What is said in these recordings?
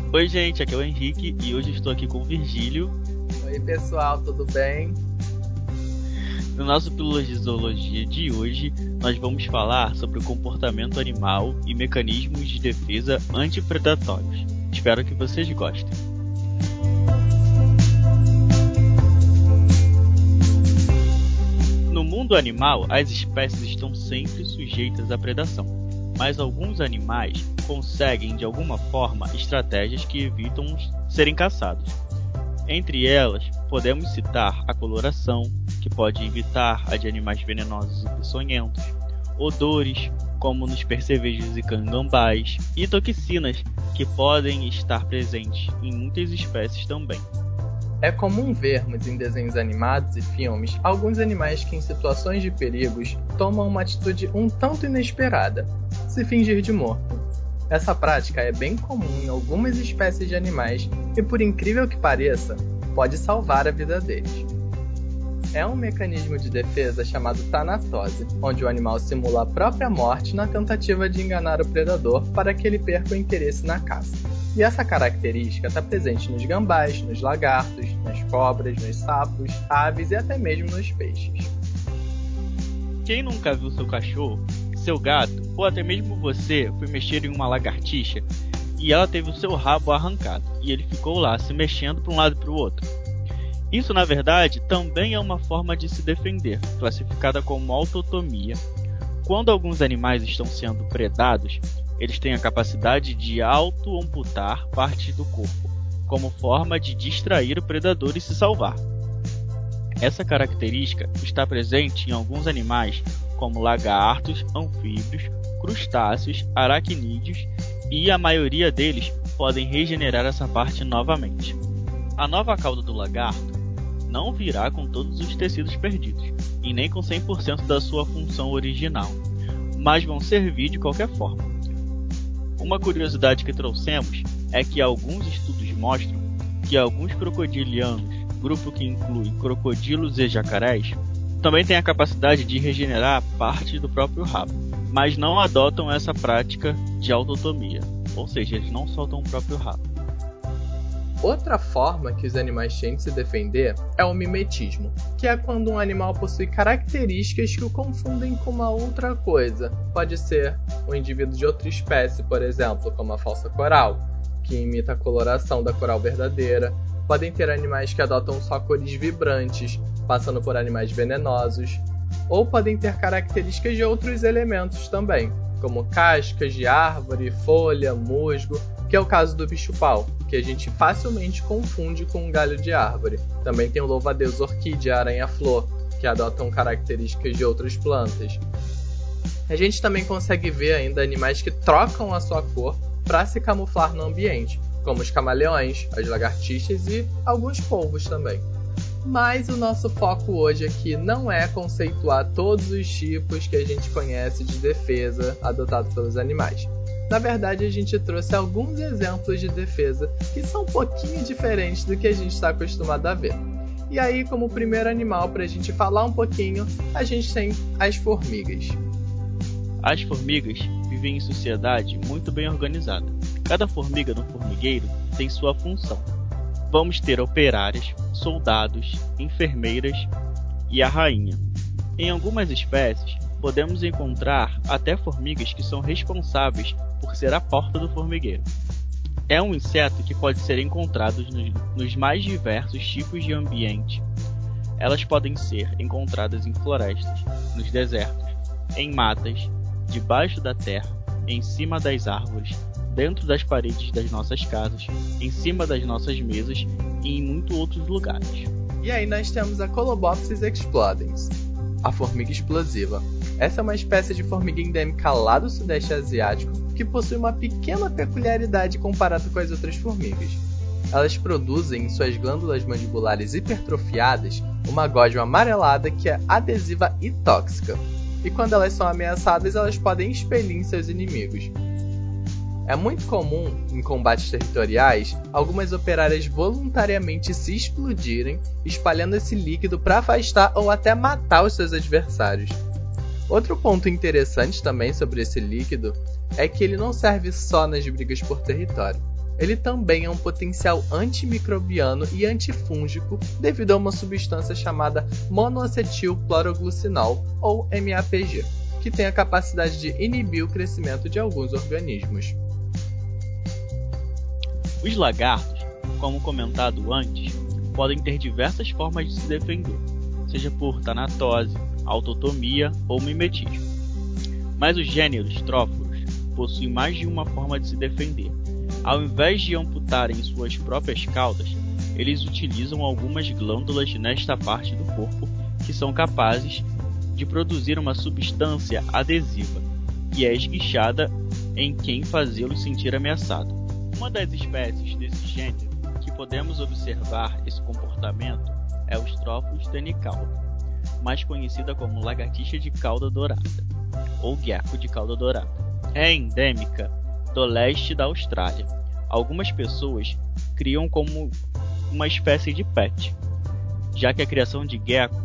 Oi, gente, aqui é o Henrique e hoje estou aqui com o Virgílio. Oi, pessoal, tudo bem? No nosso Pílulas de Zoologia de hoje, nós vamos falar sobre o comportamento animal e mecanismos de defesa antipredatórios. Espero que vocês gostem. No mundo animal, as espécies estão sempre sujeitas à predação, mas alguns animais conseguem, de alguma forma, estratégias que evitam serem caçados. Entre elas, podemos citar a coloração, que pode evitar a de animais venenosos e peçonhentos, odores, como nos percevejos e cangambás, e toxinas, que podem estar presentes em muitas espécies também. É comum vermos em desenhos animados e filmes alguns animais que, em situações de perigos, tomam uma atitude um tanto inesperada: se fingir de morto. Essa prática é bem comum em algumas espécies de animais e, por incrível que pareça, pode salvar a vida deles. É um mecanismo de defesa chamado tanatose, onde o animal simula a própria morte na tentativa de enganar o predador para que ele perca o interesse na caça. E essa característica está presente nos gambás, nos lagartos, nas cobras, nos sapos, aves e até mesmo nos peixes. Quem nunca viu seu cachorro, seu gato, ou até mesmo você foi mexer em uma lagartixa e ela teve o seu rabo arrancado e ele ficou lá se mexendo para um lado e para o outro? Isso, na verdade, também é uma forma de se defender, classificada como autotomia. Quando alguns animais estão sendo predados, eles têm a capacidade de auto-amputar partes do corpo, como forma de distrair o predador e se salvar. Essa característica está presente em alguns animais, como lagartos, anfíbios, crustáceos, aracnídeos, e a maioria deles podem regenerar essa parte novamente. A nova cauda do lagarto não virá com todos os tecidos perdidos, e nem com 100% da sua função original, mas vão servir de qualquer forma. Uma curiosidade que trouxemos é que alguns estudos mostram que alguns crocodilianos, grupo que inclui crocodilos e jacarés, também têm a capacidade de regenerar parte do próprio rabo, mas não adotam essa prática de autotomia, ou seja, eles não soltam o próprio rabo. Outra forma que os animais têm de se defender é o mimetismo, que é quando um animal possui características que o confundem com uma outra coisa. Pode ser um indivíduo de outra espécie, por exemplo, como a falsa coral, que imita a coloração da coral verdadeira. Podem ter animais que adotam só cores vibrantes, passando por animais venenosos. Ou podem ter características de outros elementos também, como cascas de árvore, folha, musgo, que é o caso do bicho-pau, que a gente facilmente confunde com um galho de árvore. Também tem o louva-a-Deus orquídea, aranha-flor, que adotam características de outras plantas. A gente também consegue ver ainda animais que trocam a sua cor para se camuflar no ambiente, como os camaleões, as lagartixas e alguns polvos também. Mas o nosso foco hoje aqui não é conceituar todos os tipos que a gente conhece de defesa adotado pelos animais. Na verdade, a gente trouxe alguns exemplos de defesa que são um pouquinho diferentes do que a gente está acostumado a ver. E aí, como primeiro animal para a gente falar um pouquinho, a gente tem as formigas. As formigas vivem em sociedade muito bem organizada. Cada formiga no formigueiro tem sua função. Vamos ter operárias, soldados, enfermeiras e a rainha. Em algumas espécies, podemos encontrar até formigas que são responsáveis por ser a porta do formigueiro. É um inseto que pode ser encontrado nos mais diversos tipos de ambiente. Elas podem ser encontradas em florestas, nos desertos, em matas, debaixo da terra, em cima das árvores, dentro das paredes das nossas casas, em cima das nossas mesas e em muitos outros lugares. E aí nós temos a Colobopsis explodens, a formiga explosiva. Essa é uma espécie de formiga endêmica lá do Sudeste Asiático que possui uma pequena peculiaridade comparada com as outras formigas. Elas produzem em suas glândulas mandibulares hipertrofiadas uma gosma amarelada que é adesiva e tóxica. E quando elas são ameaçadas, elas podem expelir em seus inimigos. É muito comum, em combates territoriais, algumas operárias voluntariamente se explodirem, espalhando esse líquido para afastar ou até matar os seus adversários. Outro ponto interessante também sobre esse líquido é que ele não serve só nas brigas por território. Ele também é um potencial antimicrobiano e antifúngico devido a uma substância chamada monoacetilcloroglucinol, ou MAPG, que tem a capacidade de inibir o crescimento de alguns organismos. Os lagartos, como comentado antes, podem ter diversas formas de se defender, seja por tanatose, autotomia ou mimetismo. Mas os gêneros tróforos possuem mais de uma forma de se defender. Ao invés de amputarem suas próprias caudas, eles utilizam algumas glândulas nesta parte do corpo que são capazes de produzir uma substância adesiva, que é esguichada em quem fazê-lo sentir ameaçado. Uma das espécies desse gênero que podemos observar esse comportamento é o Strophus tenicauda, mais conhecida como lagartixa de cauda dourada, ou gecko de cauda dourada. É endêmica do leste da Austrália. Algumas pessoas criam como uma espécie de pet, já que a criação de gecko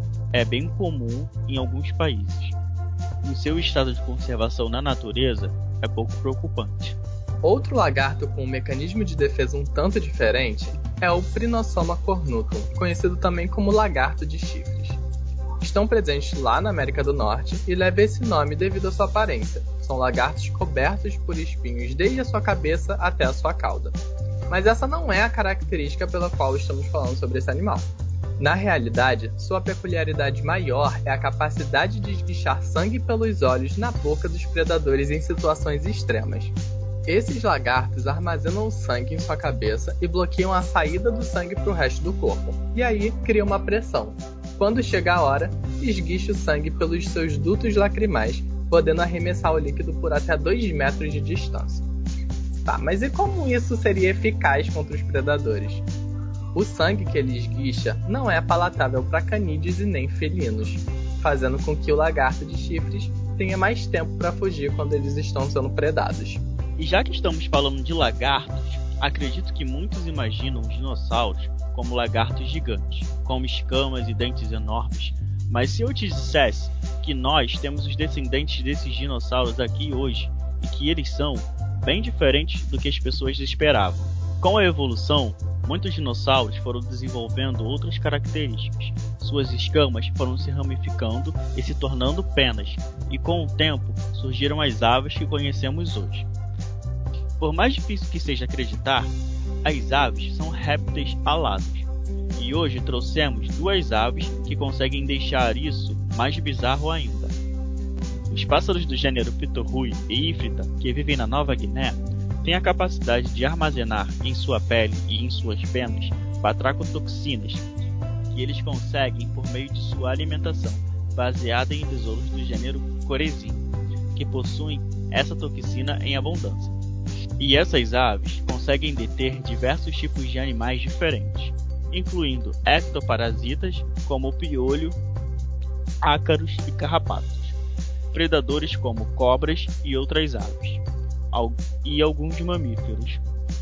é bem comum em alguns países. Em seu estado de conservação na natureza, é pouco preocupante. Outro lagarto com um mecanismo de defesa um tanto diferente é o Prinosoma cornutum, conhecido também como lagarto de chifres. Estão presentes lá na América do Norte e levam esse nome devido à sua aparência. São lagartos cobertos por espinhos desde a sua cabeça até a sua cauda. Mas essa não é a característica pela qual estamos falando sobre esse animal. Na realidade, sua peculiaridade maior é a capacidade de esguichar sangue pelos olhos na boca dos predadores em situações extremas. Esses lagartos armazenam o sangue em sua cabeça e bloqueiam a saída do sangue para o resto do corpo, e aí cria uma pressão. Quando chega a hora, esguicha o sangue pelos seus dutos lacrimais, podendo arremessar o líquido por até 2 metros de distância. Tá, mas e como isso seria eficaz contra os predadores? O sangue que ele esguicha não é palatável para canídeos e nem felinos, fazendo com que o lagarto de chifres tenha mais tempo para fugir quando eles estão sendo predados. E já que estamos falando de lagartos, acredito que muitos imaginam os dinossauros como lagartos gigantes, com escamas e dentes enormes. Mas se eu te dissesse que nós temos os descendentes desses dinossauros aqui hoje, e que eles são bem diferentes do que as pessoas esperavam. Com a evolução, muitos dinossauros foram desenvolvendo outras características. Suas escamas foram se ramificando e se tornando penas, e com o tempo surgiram as aves que conhecemos hoje. Por mais difícil que seja acreditar, as aves são répteis alados. E hoje trouxemos 2 aves que conseguem deixar isso mais bizarro ainda. Os pássaros do gênero Pitorrui e Ifrita, que vivem na Nova Guiné, têm a capacidade de armazenar em sua pele e em suas penas batracotoxinas, que eles conseguem por meio de sua alimentação, baseada em besouros do gênero Coresim, que possuem essa toxina em abundância. E essas aves conseguem deter diversos tipos de animais diferentes, incluindo ectoparasitas como o piolho, ácaros e carrapatos, predadores como cobras e outras aves, e alguns mamíferos.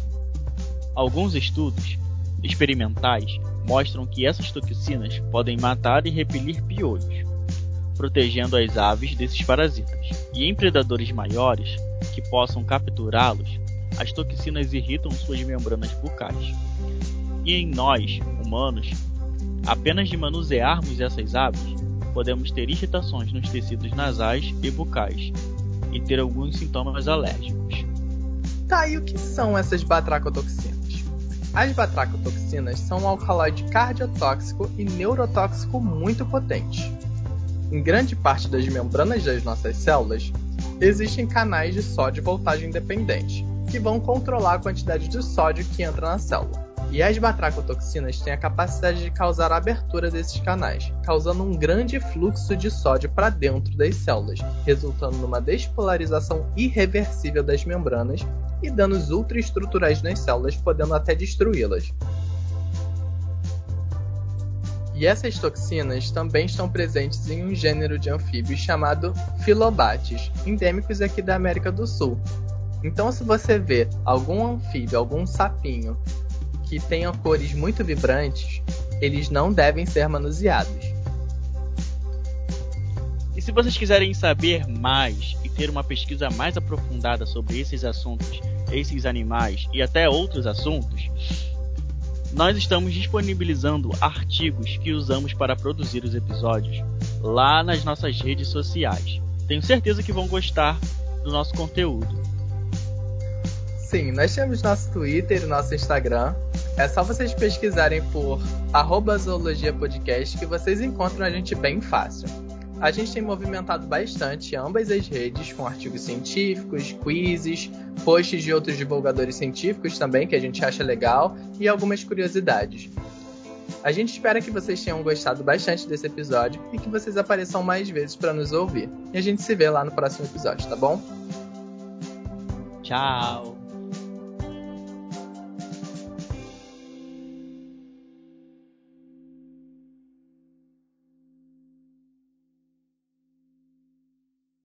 Alguns estudos experimentais mostram que essas toxinas podem matar e repelir piolhos, protegendo as aves desses parasitas. E em predadores maiores, que possam capturá-los, as toxinas irritam suas membranas bucais. E em nós, humanos, apenas de manusearmos essas aves, podemos ter irritações nos tecidos nasais e bucais, e ter alguns sintomas alérgicos. Tá, e o que são essas batracotoxinas? As batracotoxinas são um alcaloide cardiotóxico e neurotóxico muito potente. Em grande parte das membranas das nossas células, existem canais de sódio voltagem dependente, que vão controlar a quantidade de sódio que entra na célula. E as batracotoxinas têm a capacidade de causar a abertura desses canais, causando um grande fluxo de sódio para dentro das células, resultando numa despolarização irreversível das membranas e danos ultraestruturais nas células, podendo até destruí-las. E essas toxinas também estão presentes em um gênero de anfíbios chamado Phyllobates, endêmicos aqui da América do Sul. Então, se você vê algum anfíbio, algum sapinho que tenha cores muito vibrantes, eles não devem ser manuseados. E se vocês quiserem saber mais e ter uma pesquisa mais aprofundada sobre esses assuntos esses animais e até outros assuntos, nós estamos disponibilizando artigos que usamos para produzir os episódios lá nas nossas redes sociais. Tenho certeza que vão gostar do nosso conteúdo. Sim, nós temos nosso Twitter e nosso Instagram. É só vocês pesquisarem por @zoologiapodcast que vocês encontram a gente bem fácil. A gente tem movimentado bastante ambas as redes com artigos científicos, quizzes, posts de outros divulgadores científicos também que a gente acha legal e algumas curiosidades. A gente espera que vocês tenham gostado bastante desse episódio e que vocês apareçam mais vezes para nos ouvir. E a gente se vê lá no próximo episódio, tá bom? Tchau!